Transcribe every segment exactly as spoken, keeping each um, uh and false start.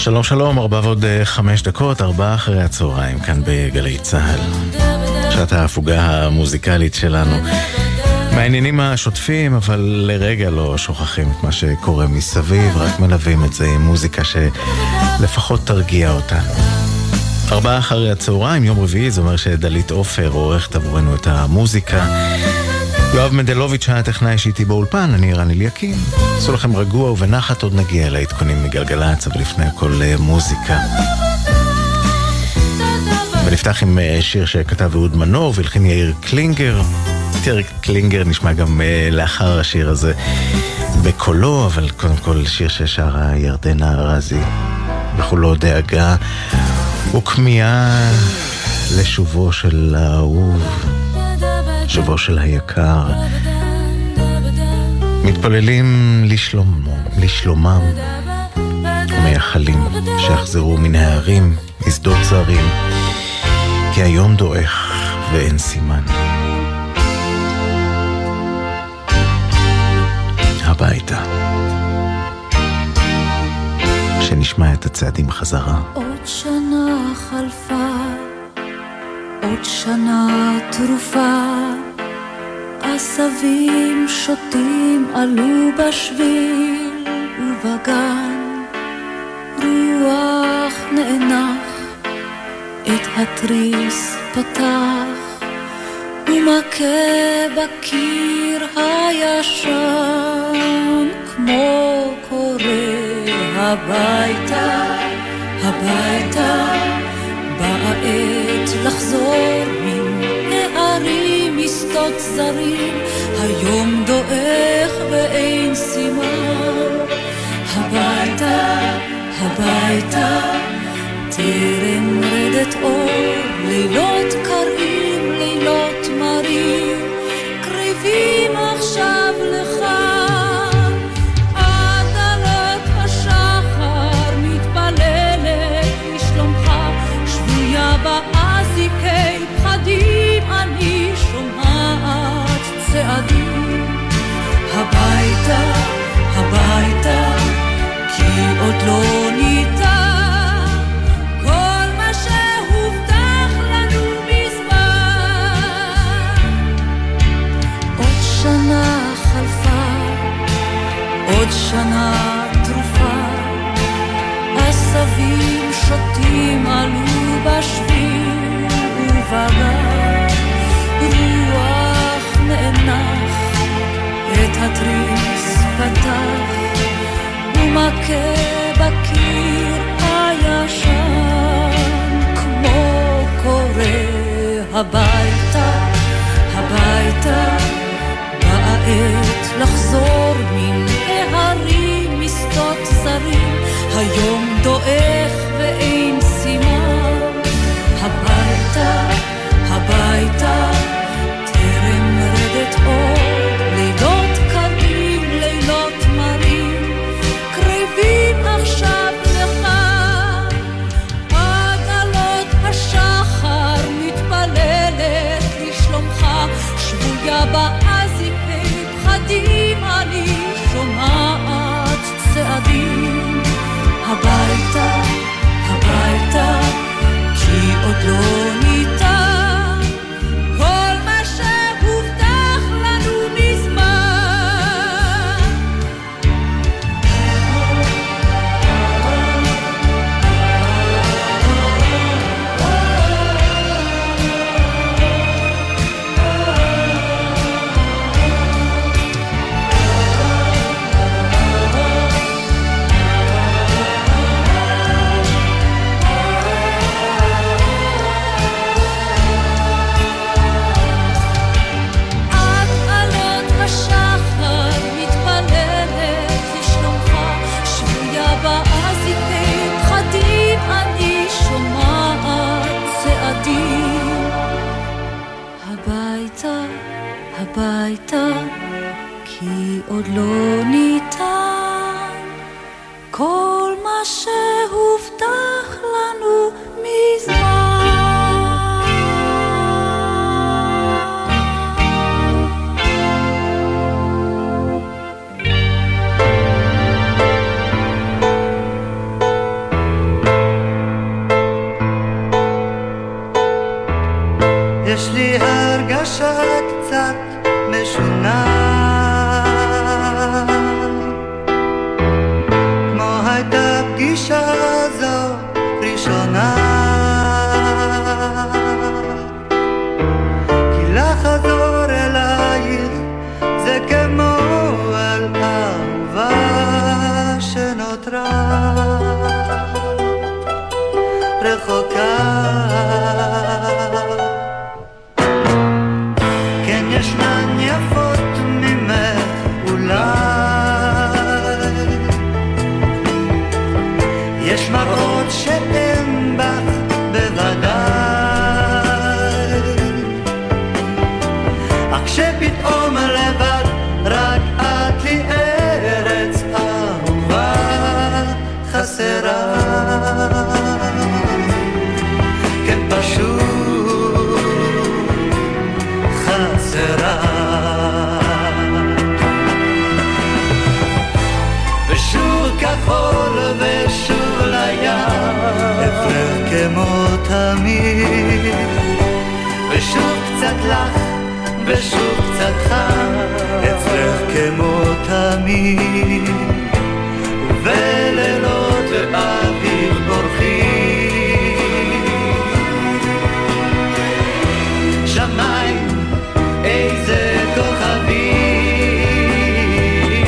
שלום שלום, ארבע ועוד חמש דקות, ארבע אחרי הצהריים, כאן בגלי צהל. שעת ההפוגה המוזיקלית שלנו. מעניינים השוטפים, אבל לרגע לא שוכחים את מה שקורה מסביב, רק מלווים את זה עם מוזיקה שלפחות תרגיע אותנו. ארבע אחרי הצהריים, יום רביעי, זה אומר שדלית אופר עורכת עבורנו את המוזיקה. יואב מנדלוביץ' הטכנאי שאיתי באולפן, אני רן אליקים. עשו לכם רגוע ובנחת, עוד נגיע לעדכונים מגלגלצ, אבל לפני הכל מוזיקה. ונפתח עם שיר שכתב אהוד מנור והלחין יאיר קלינגר. יאיר קלינגר נשמע גם לאחר השיר הזה בקולו, אבל קודם כל שיר ששרה ירדנה ארזי וכולו דאגה וכמיהה לשובו של האהוב, שובו של היקר. מתפללים לשלומו, לשלומם, ומייחלים שיחזרו מן הערים, משדות זרים, כי היום דועך ואין סימן. הביתה, שנשמע את הצעדים חזרה. עוד שנה חלפה, עוד שנה תרופה, עשבים שוטים עלו בשביל ובגן, רוח נאנח את התריס פתח, ומכה בקיר הישן כמו קורא הביתה, הביתה באה עת לחזור מן הערים משדות זרים, היום דועך ואין סימן. הביתה, הביתה תרם רדת אור, לילות קרים, לילות מרים, קריבים עכשיו לך. עד עלות השחר מתפללת לשלומך, שבויה באזיקי פחדים אני שומעת צעדים. הביתה, הביתה, כי עוד לא ניתן כל מה שהובטח לנו מזמן. עוד שנה חלפה, עוד שנה תרופה, עשבים שוטים עלו בשביל ובגן, רוח נאנח את התריס פתח, ומכה בקיר הישן כמו קורא הביתה, הביתה באה עת לחזור מן הערים משדות זרים, היום דועך ואין סימן. הביתה, הביתה תרם רדת עוד, לילות קרים, לילות מרים, קריבים עכשיו לך. עד עלות השחר מתפללת לשלומך, שבויה באזיקי פחדים אני שומעת צעדים. הביתה, הביתה, כי עוד לא ניתן כל מה שהובטח לנו מזמן. הביתה, כי עוד לא ניתן כל מה שהובטח לנו מזמן. לי הרגשה קצת משונה, כמו הייתה פגישה זו ראשונה, כי לחזור אלייך זה כמו על אהובה שנותרה רחוקה. כן ישנן יפות ממך אולי, יש מראות שאין בך בוודאי, אך שפתאום לבד רק את לי ארץ אהובה חסרה, כן פשוט חסרה. ושוב כחול ושוב לים, אצלך כמו תמיד, ושוב קצת לך ושוב קצת חם, אצלך כמו תמיד, ובלילות ואביב בורחים. שמיים איזה כוכבים,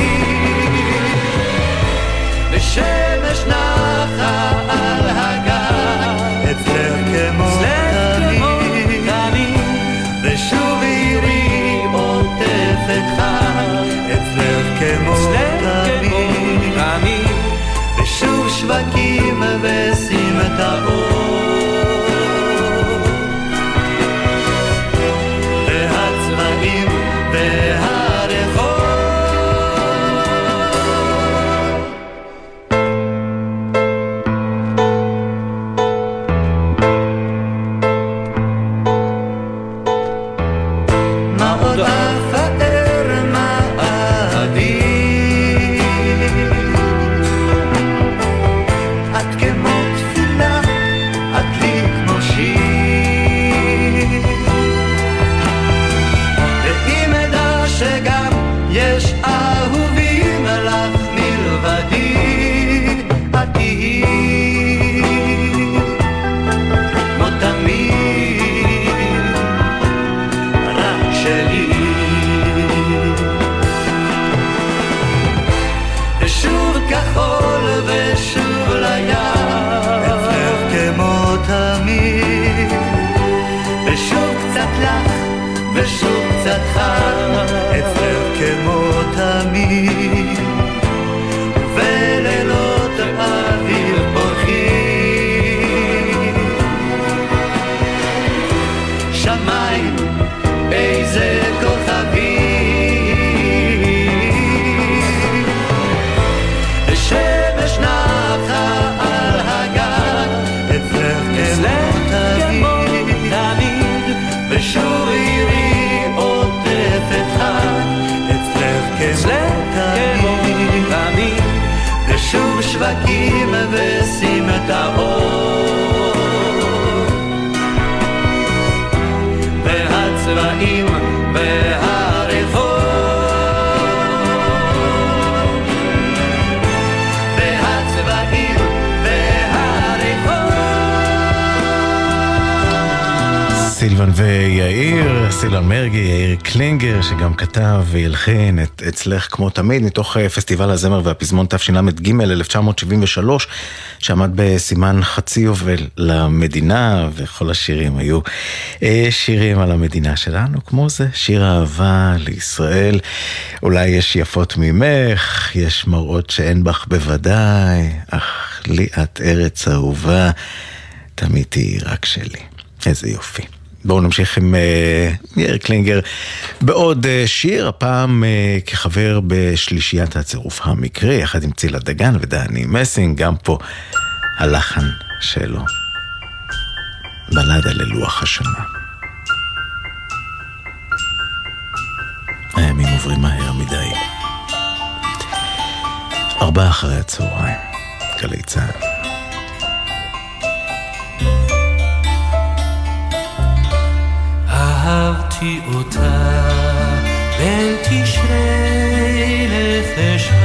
ושמש נחה על הגג, אצלך כמו תמיד, ושוב עירי עוטפת חג, אצלך כמו תמיד, ושוב שווקים וסמטאות, והצבעים והרחוב. מה עוד אפאר, מה עדיף, את כמו תפילה, את לי כמו שיר, ואם אדע שגם יש אהובים לך מלבדי, את תהי כמו תמיד רק שלי. ושוב כחול ושוב לים, אצלך כמו תמיד, ושוב קצת לך ושוב קצת חם, אצלך כמו תמיד, ובלילות אביב בורחים. שמיים איזה כוכבים, ושמש נחה על הגג, אצלך כמו תמיד, ושוב עירי עוטפת חג, אצלך כמו תמיד, ושוב שווקים וסמטאות, והצבעים והרחוב, והצבעים והרחוב. סילבן ויאיר, סילבן מרגי, יאיר קלינגר, שגם כתב וילחין את אצלך כמו תמיד, מתוך פסטיבל הזמר והפזמון תשל"ג אלף תשע מאות שבעים ושלוש, שעמד בסימן חצי יובל למדינה, וכל השירים היו שירים על המדינה שלנו, כמו זה, שיר אהבה לישראל. אולי יש יפות ממך, יש מראות שאין בך בוודאי, אך לי את ארץ אהובה, תמיד תהי רק שלי. איזה יופי. בואו נמשיך עם uh, יאיר קלינגר בעוד uh, שיר, הפעם uh, כחבר בשלישיית הצירוף המקרי, יחד עם צילה דגן ודני מסינג, גם פה הלחן שלו, בלדה ללוח השנה. הימים עוברים מהר מדי. ארבעה אחרי הצהריים, גלי צהל. אהבתי אותה בין תשרי לחשוון,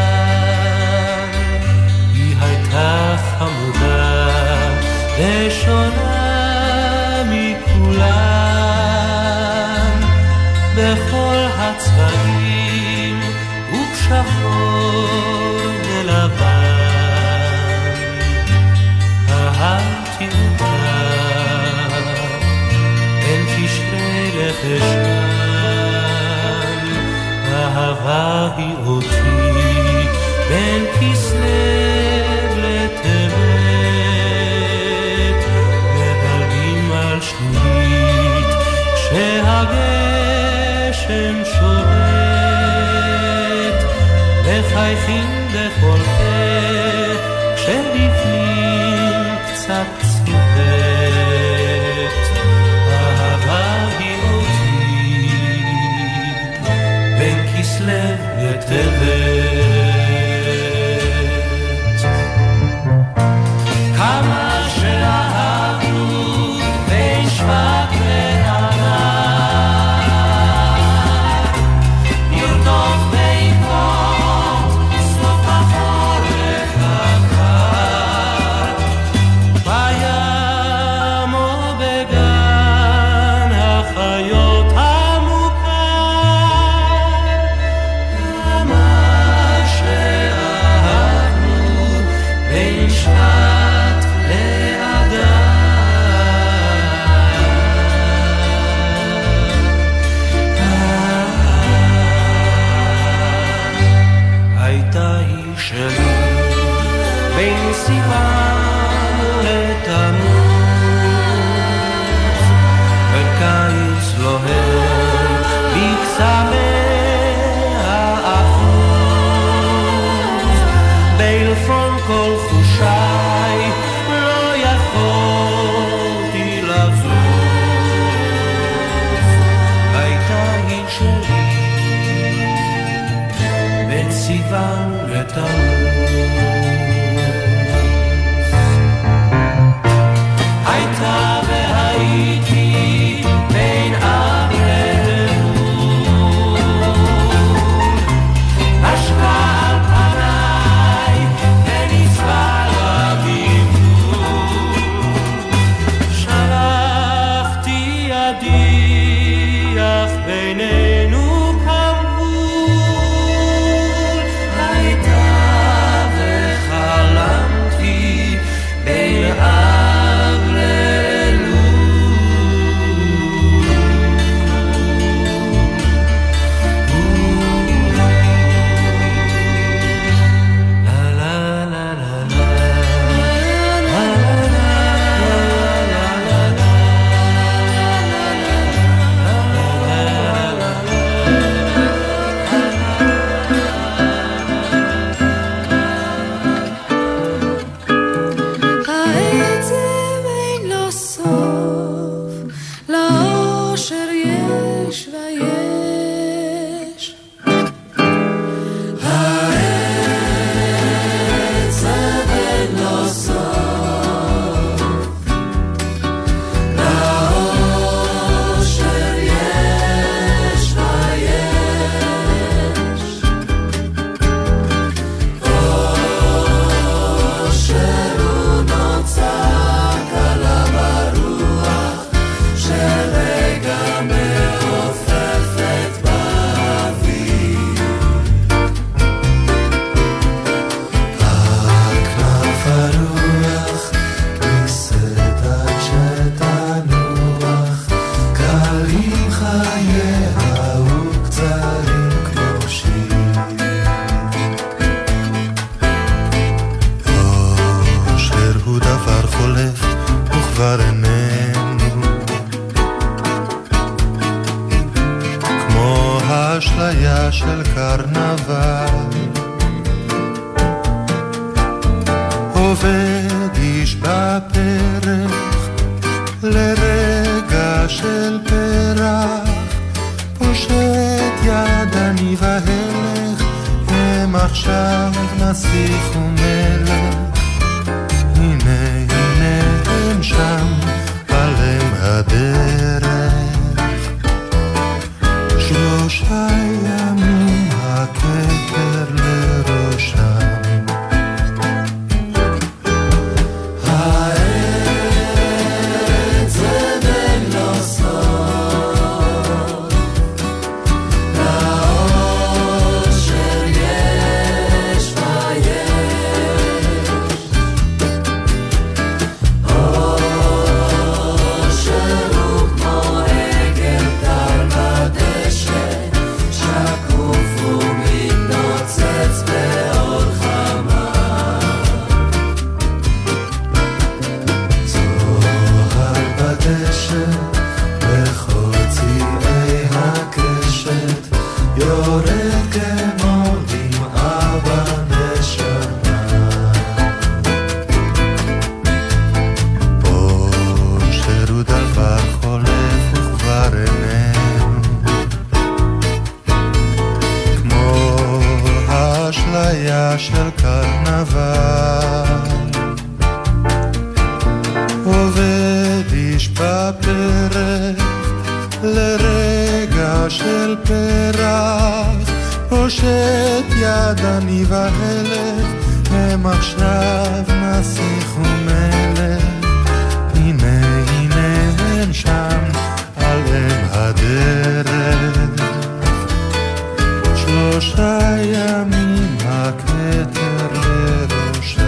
היא הייתה חמודה ושונה מכולם, בכל הצבעים ובשחור ולבן, אהבתי אותה בין תשרי לחשוון, אהבה היא אותי בין כסלו לטבת, מדלגים על שלולית כשהגשם שובט, מחייכים בכל פה כשבפנים קצת צובט, אהבה היא אותי בין כסלו לטבת. כמה שאהבנו בין שבט לענן, נרדוף בעקבות סוף החורף הקר, בים או בגן החיות המוכר, כמה שאהבנו בין שבט הייתה היא שלי בין סיוון לתמוז, בקיץ לוהר בקסמי האחוז, בלפון כל חושי לא יכולתי לזוז, הייתה היא שלי בין סיוון לתמוז, הייתה והייתי בין אב לאלול, נשקה על פניי ונספה לביבול, שלחתי ידי אך בינינו כמבול, הייתה וחלמתי בין אב העצב אין לו סוף, לאושר יש ויש. העצב אין לו סוף, לאושר יש ויש. אושר הוא נוצק עליו הרוח שרגע מעופפת באוויר. הכנף הרוח נישאת עד שתנוח, קלים חייה וקצרים כמו שיר. אושר הוא דבר חולף וכבר איננו, כמו האשליה של קרנבל, עובד איש בפרח לרגע של פרח, פושט יד אני והלך, הם עכשיו נסיך ומלך, הנה הנה הם שם עליהם הדרך. יורד כמו דמעה בנשמה. בושר הוא דבר חולף וכבר איננו, כמו האשליה של קרנבל, עובד איש בפרק לרגע של פרח, פושט יד אני והלך, הם עכשיו נסיך ומלך, הנה הנה הם שם על אם הדרך, שלושה ימים הכתר לראשה.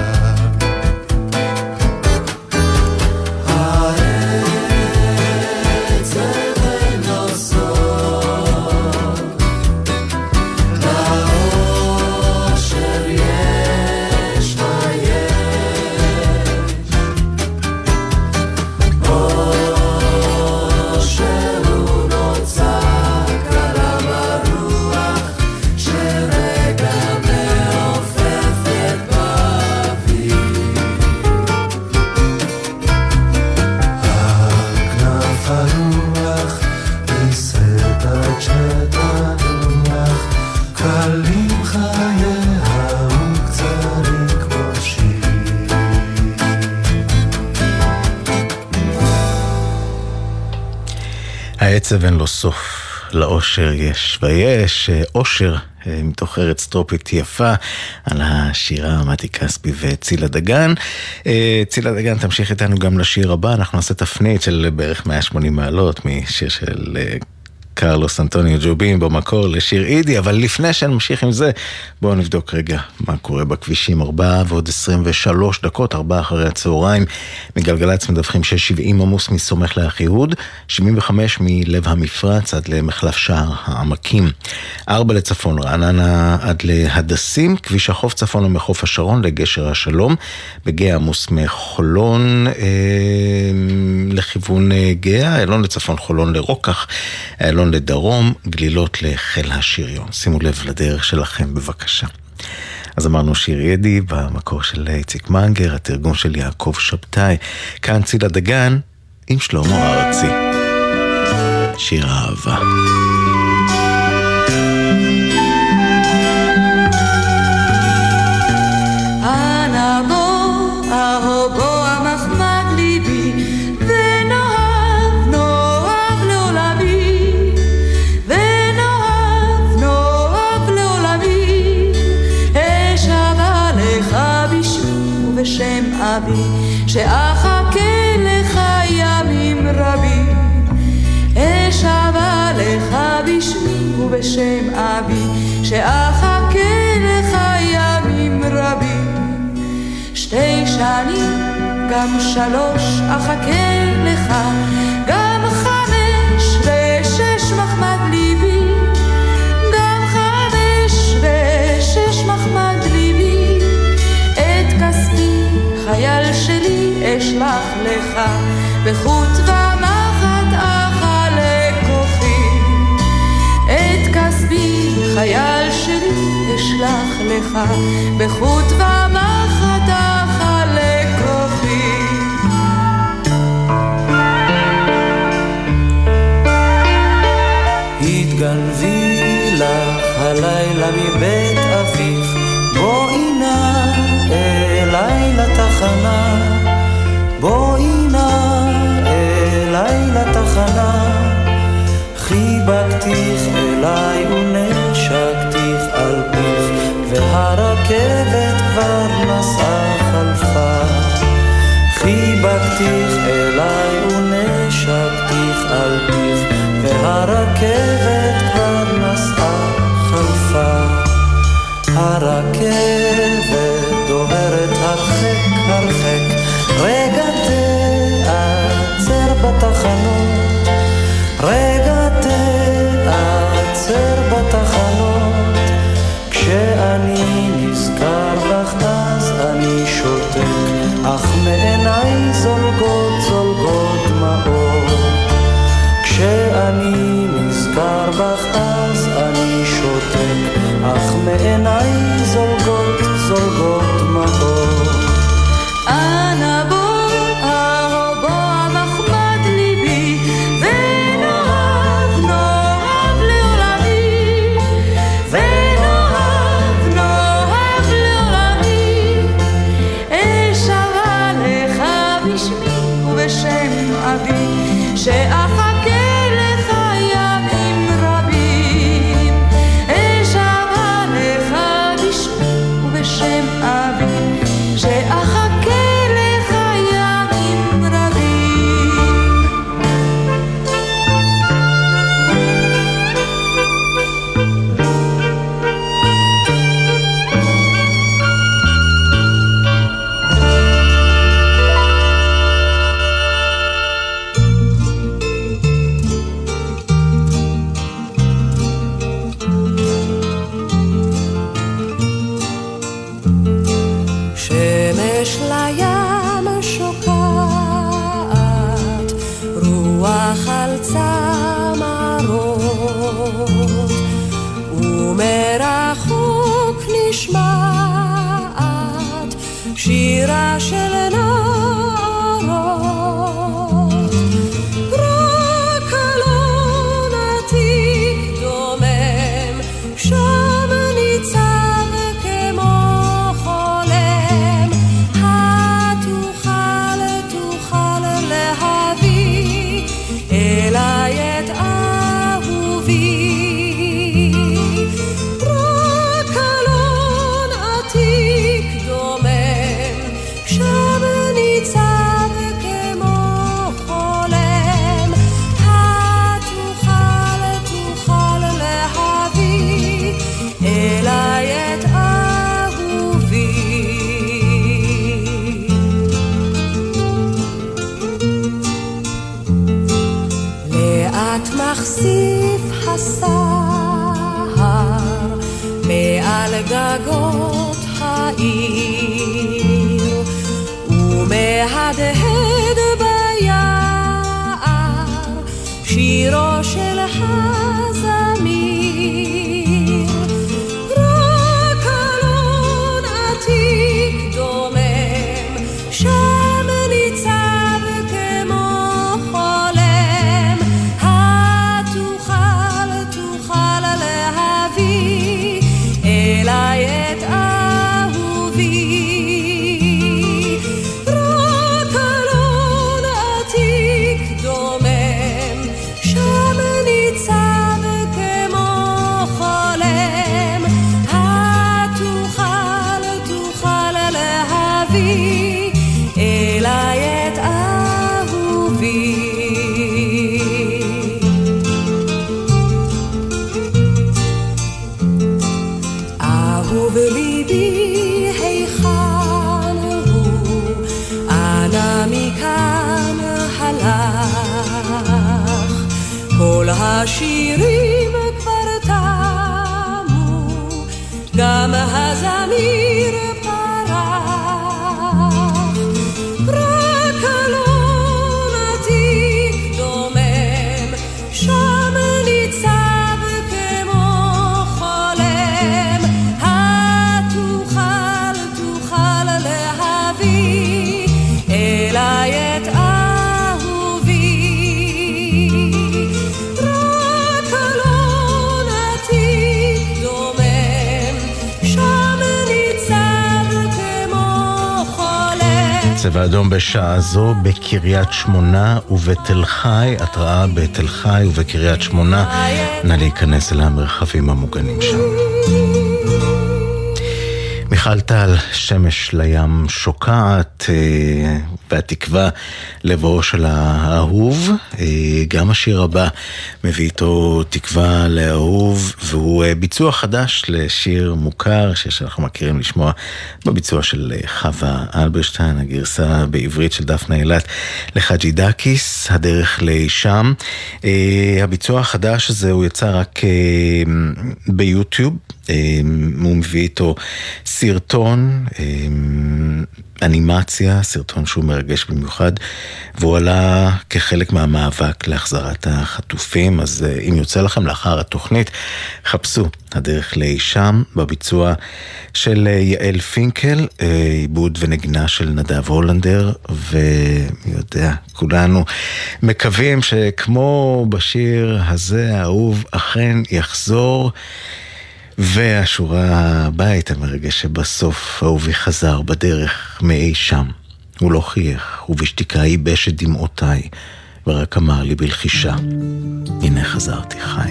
העצב אין לו סוף, לאושר יש ויש, אושר מתוך ארץ טרופית יפה, על השירה מתי כספי וצילה דגן. צילה דגן תמשיך איתנו גם לשיר הבא, אנחנו נעשה תפנית של בערך מאה ושמונים מעלות משיר של קרלוס אנטוניו ג'ובים במקור לשיר אידי, אבל לפני שנמשיך עם זה, בואו נבדוק רגע מה קורה בכבישים. ארבע ועוד עשרים ושלוש דקות, ארבע אחרי הצהריים, מגלגלץ מדווחים ששבעים עמוס מסומך לאחיהוד, שבעים וחמש מלב המפרץ עד למחלף שער העמקים, ארבע לצפון רעננה עד להדסים, כביש החוף צפון ומחוף השרון לגשר השלום, בגאה עמוס מחולון אה, לכיוון גאה, אלון לצפון, חולון לרוקח, אלון לדרום, גלילות לחיל השריון. שימו לב לדרך שלכם בבקשה. אז אמרנו שיר ידי במקור של איציק מנגר, התרגום של יעקב שבתאי, כאן צילה דגן עם שלמה ארצי, שיר אהבה. אנא בוא, אהו בוא המחמד ליבי, ונאהב, נאהב לעולמי, ונאהב, נאהב לעולמי, אשבה לך בשמי ובשם אבי, שאחכה לך ימים רבים, אשבה לך בשמי ובשם אבי, שאחכה לך ימים רבים, שתי שנים, גם שלוש, אחכה לך, גם חמש ושש מחמד ליבי, גם חמש ושש מחמד ליבי, את כספי, חייל שלי, אשלח לך, בחוט ומחט אכלה כוחי, את כספי, חייל שלי, אשלח לך, בחוט ומחט אכלה כוחי. התגנבי לך הלילה מבית אביך, בואי נא אליי לתחנה, בואי נא אליי לתחנה, חיבקתיך אליי ונשקתיך על פיך, והרכבת כבר נסעה חלפה, חיבקתיך אליי ונשקתיך על פיך, והרכבת כבר נסעה חלפה, הרכבת דוהרת הרחק הרחק, רגע תעצר בתחנות, רגע תעצר בתחנות, כשאני נזכר בך אז אני שותק, אך מעיניי זולגות זולגות דמעות, כשאני נזכר בך אז אני שותק, שותק, אך מעיניי זולגות זולגות מאור. אנא בוא, אהובו מחמד ליבי, ונאהב, נאהב לעולמי, ונאהב, נאהב לעולמי. אשבה לך בשמי ובשם אבי, שאחכה לך ימים רבים. אשבה לך בשמי ובשם אבי, שאחכה לך ימים רבים. שמש לים שוקעת, רוח על צמרות, ומרחוק נשמעת שירה של נערות. רק אלון עתיק דומם, שם ניצב כמו חולם. התוכל תוכל להביא אליי את אהובי. רק אלון עתיק דומם, שם ניצב כמו חולם. התוכל תוכל להביא אליי את אהובי. לאט מחשיף הסהר מעל גגות העיר, ומהדהד ביער שירו של הזמיר. רק אלון עתיק דומם, שם ניצב כמו חולם. התוכל תוכל להביא אליי את אהובי. רק אלון עתיק דומם, שם ניצב כמו חולם. התוכל תוכל להביא אליי את אהובי. אהוב ליבי היכן הוא, אנה מכאן הלך. כל השירים כבר תמו, גם הזמיר פרח. רק אלון עתיק דומם, שם ניצב כמו חולם. התוכל תוכל להביא אליי את אהובי. רק אלון עתיק דומם, שם ניצב כמו חולם. צבע אדום בשעה זו בקריית שמונה ובתל חי, התראה בתל חי ובקריית שמונה, נא להיכנס אל המרחבים המוגנים שם. מיכל טל, שמש לים שוקעת, והתקווה לבואו של האהוב. גם השיר הבא מביא איתו תקווה לאהוב, והוא ביצוע חדש לשיר מוכר שאנחנו מכירים לשמוע בביצוע של חווה אלברשטיין, הגרסה בעברית של דפנה אילת לחג'י דקיס, הדרך לשם. הביצוע החדש הזה הוא יצא רק ביוטיוב, הוא מביא איתו סרטון אנימציה, סרטון שהוא מרגש במיוחד, והוא עלה כחלק מהמאבק להחזרת החטופים. אז אם יוצא לכם לאחר התוכנית, חפשו הדרך לאי שם, בביצוע של יעל פינקל, עיבוד ונגנה של נדב הולנדר, ומי יודע, כולנו מקווים שכמו בשיר הזה האהוב אכן יחזור. והשורה הבית המרגש שבסוף אהובי חזר בדרך מאי שם. הוא לא חייך, ובשתיקה ייבש את דמעותיי, ורק אמר לי בלחישה, הנה חזרתי חי.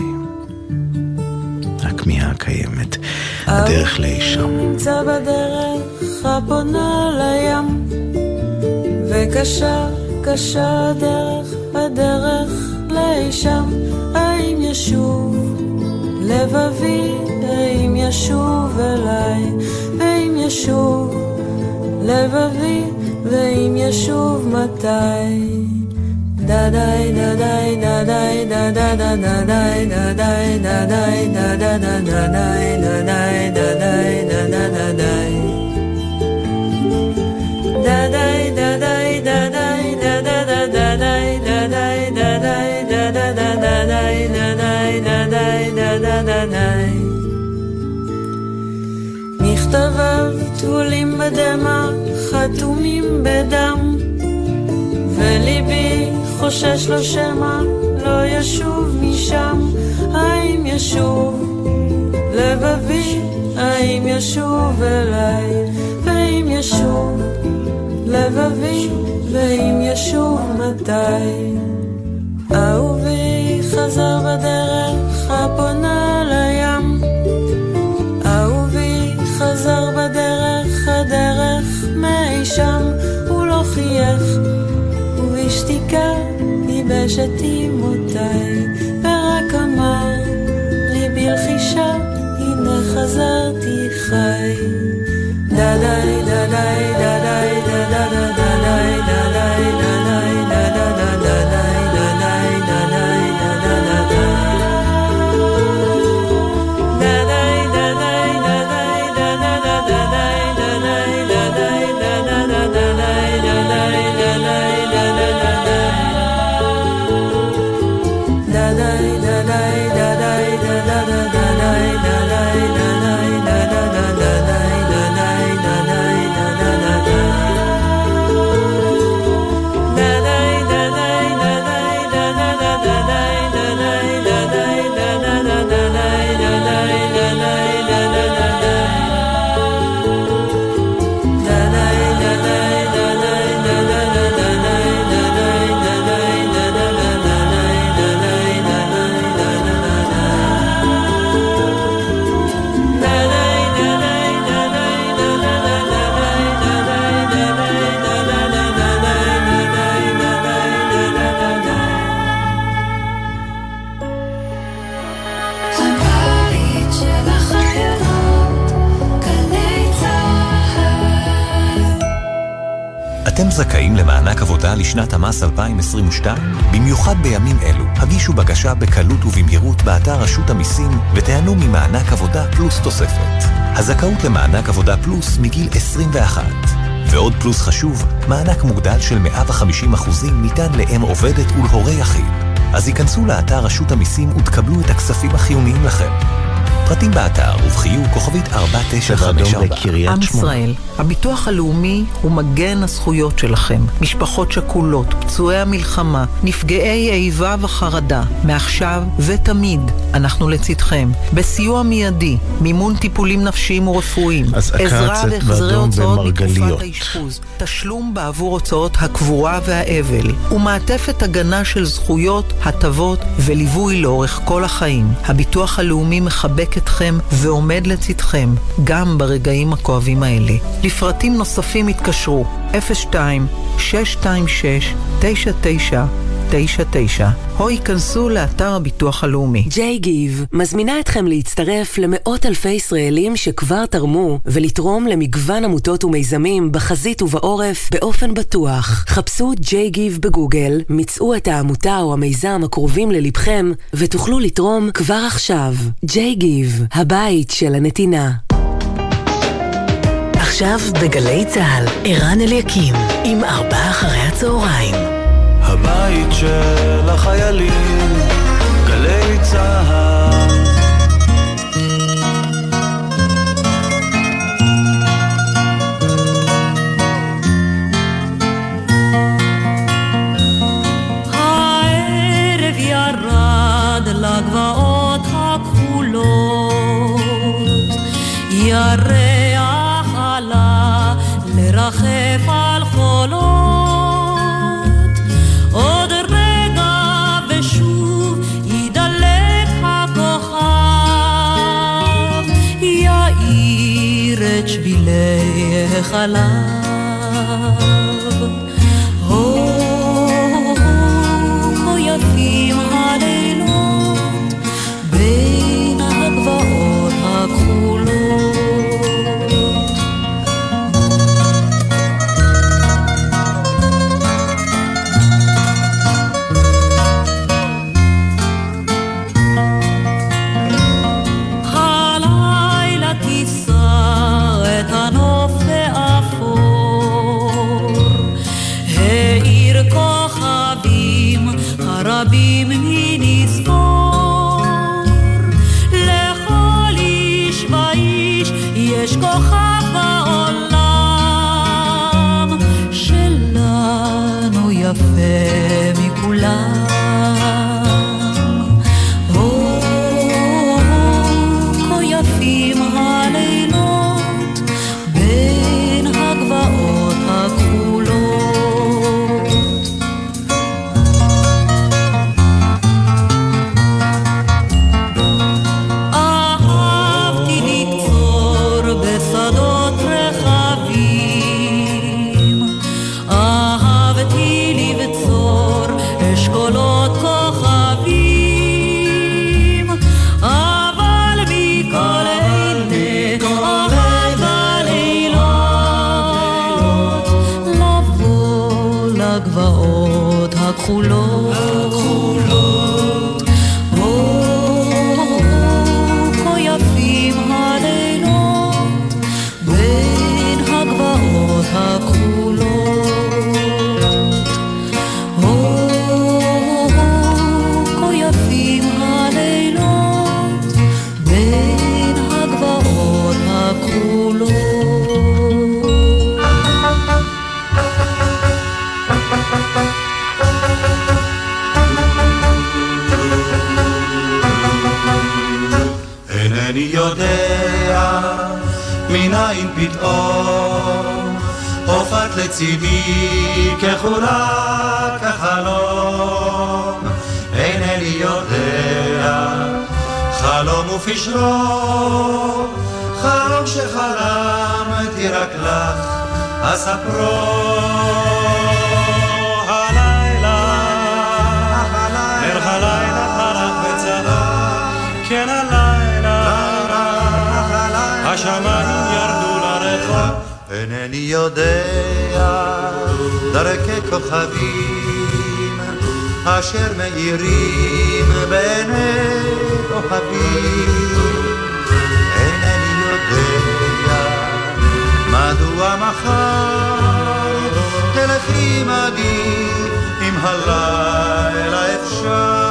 הכמיהה הקיימת, הדרך לאי שם. נמצא בדרך הפונה לים, וקשה, קשה הדרך, הדרך לאי שם. האם ישוב לבבי, האם ישוב אליי, ואם ישוב לבבי, ואם ישוב מתי. דאדי דאדי דאדי דאדי דאדי דאדי דאדי דאדי דאדי דאדי דאדי דאדי דאדי דאדי דאדי דאדי דאדי. מכתביו תולים בדמע, חתומים בדם, וליבי חושש לו שמא לא ישוב משם. האם ישוב לבבי, האם ישוב אליי, ואם ישוב לבבי, ואם ישוב מתי. אהובי חזר בדרך הפונה לים, אהובי חזר בדרך, הדרך מאי שם. הוא לא חייך, ובשתיקה ייבש את דמעותיי, ורק אמר לי בלחישה, הנה חזרתי חי. דאדי דאדי דאדי דאדי דאדי דאדי דאדי דאדי אתם זכאים למענק עבודה לשנת המס אלפיים עשרים ושתיים? במיוחד בימים אלו, הגישו בקשה בקלות ובמהירות באתר רשות המיסים ותענו ממענק עבודה פלוס תוספת. הזכאות למענק עבודה פלוס מגיל עשרים ואחת. ועוד פלוס חשוב, מענק מוגדל של מאה וחמישים אחוזים ניתן לאם עובדת ולהורה יחיד. אז ייכנסו לאתר רשות המיסים ותקבלו את הכספים החיוניים לכם. פרטים באתר ובחיוב כוכבית ארבע תשע חמש ארבע. עם ישראל, הביטוח הלאומי הוא מגן הזכויות שלכם. משפחות שכולות, פצועי המלחמה, נפגעי איבה וחרדה. מעכשיו ותמיד אנחנו לצדכם. בסיוע מיידי, מימון טיפולים נפשיים ורפואיים, עזרה והחזרי הוצאות מתקופת האשפוז, תשלום בעבור הוצאות הקבורה והאבל, ומעטפת הגנה של זכויות, הטבות וליווי לאורך כל החיים. הביטוח הלאומי מחבק אתכם ועומד לצדכם גם ברגעים הכואבים האלה. לפרטים נוספים התקשרו אפס שתיים שש שתיים שש תשע תשע תשע תשע או ייכנסו לאתר הביטוח הלאומי. ג'יי גיב מזמינה אתכם להצטרף למאות אלפי ישראלים שכבר תרמו ולתרום למגוון עמותות ומיזמים בחזית ובעורף באופן בטוח. חפשו ג'יי גיב בגוגל, מצאו את העמותה או המיזם הקרובים ללבכם ותוכלו לתרום כבר עכשיו. ג'יי גיב, הבית של הנתינה. עכשיו בגלי צהל, ערן אליקים, עם ארבע אחרי הצהריים. הבית של החיילים, גלי צהל. הערב ירד לגבעות הכחולות, ירח עלה לרחף על חולות, עוד רגע ושוב ידלק הכוכב, יאיר את שבילי החלב. הו, כה יפים הלילות בין הגבעות הכחולות. רבים מנספור, לכל איש ואיש יש כוכב בעולם, שלנו יפה מכולם. הו, כה יפים הלילות בין הגבעות הכחולות. הכחולות, הו, כה יפים הלילות בין הגבעות הכחולות, הו, כה יפים הלילות בין הגבעות הכחולות. אינני יודע מניין פתאום הופעת לצידי כחולה כחלום. אינני יודע חלום ופשרו, חלום שחלמתי רק לך אספרו. הלילה, אל הלילה פרח וצבא, כן הלילה, השמיים ירדו לרחוב. אינני יודע דרכי כוכבים אשר מאירים בעיני אוהבים. אינני יודע מדוע מחר תלכי עמדי אם הלילה אפשר.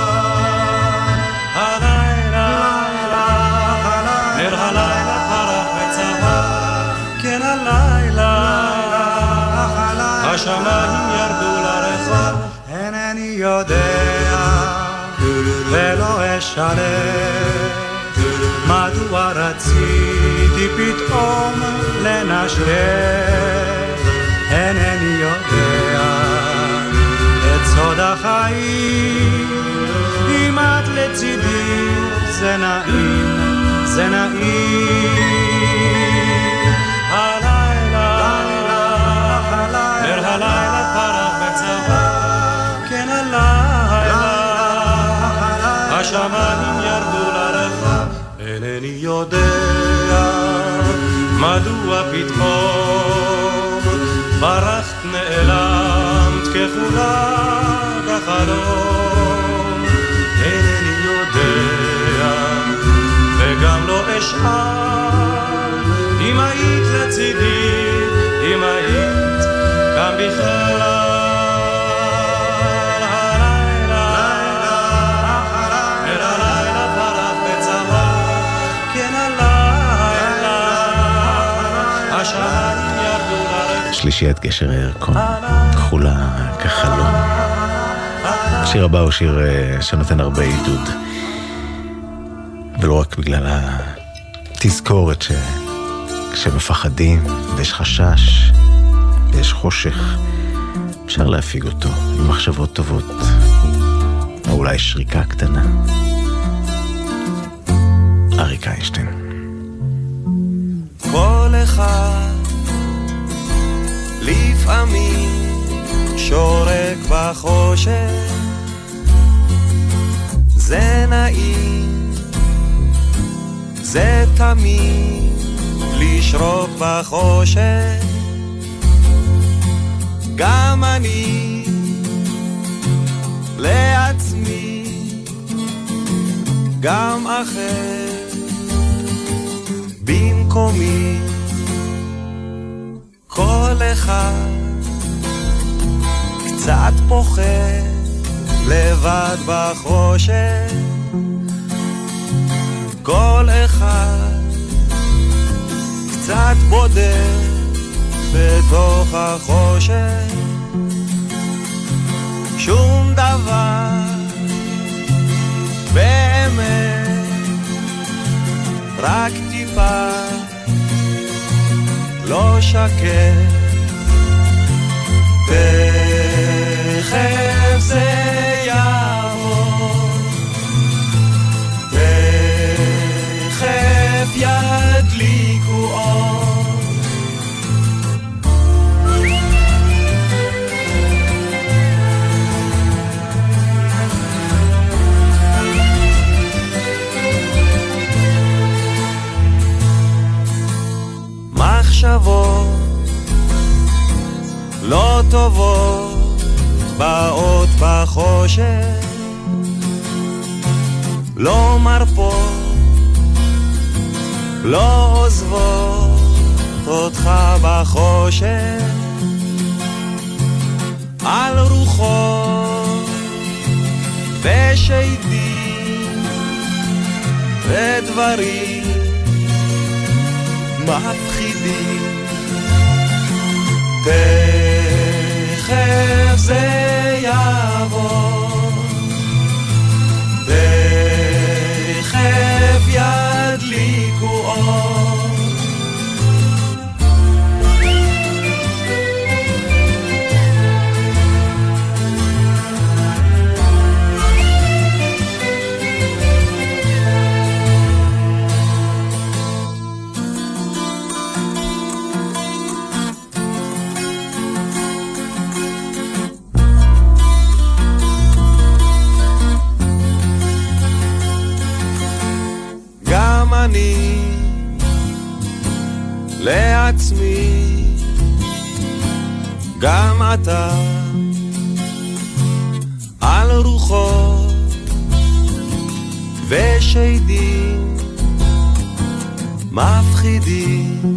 השמיים ירדו לרחוב. אינני יודע ולא אשאלה מדוע רציתי פתאום לנשק. אינני יודע את סוד החיים, אם את לצידי זה נעים, זה נעים. הלילה פרח בצבא, כן הלילה, השמיים ירדו לרחוב. אינני יודע מדוע פתאום ברחת נעלמת כחולה בחלום. אינני יודע וגם לא אשאל אם היית לצדי שלישיית גשר הירקון, כחולה כחלום. השיר הבא הוא שיר שנותן הרבה עידוד, ולא רק בגלל התזכורת ש... כשמפחדים ויש חשש ויש חושך, אפשר להפיג אותו עם מחשבות טובות, או אולי שריקה קטנה. אריק איינשטיין. כל אחד לפעמים שורק בחושך, זה נעים, זה תמיד לשרוק בחושך. גם אני לעצמי, גם אחר במקומי. כל אחד קצת פוחד לבד בחושך, כל אחד קצת בודד בתוך החושך. שום דבר באמת, רק טיפה לא שקט. תכף זה יעבור, תכף ידליקו אור. מחשבות לא טובות באות בחושך, לא מרפות, לא עוזבות אותך בחושך. על רוחות ושדים ודברים מפחידים, תכף זה יעבור, תכף ידליקו אור. אני לעצמי, גם אתה על רוחות ושדים מפחידים.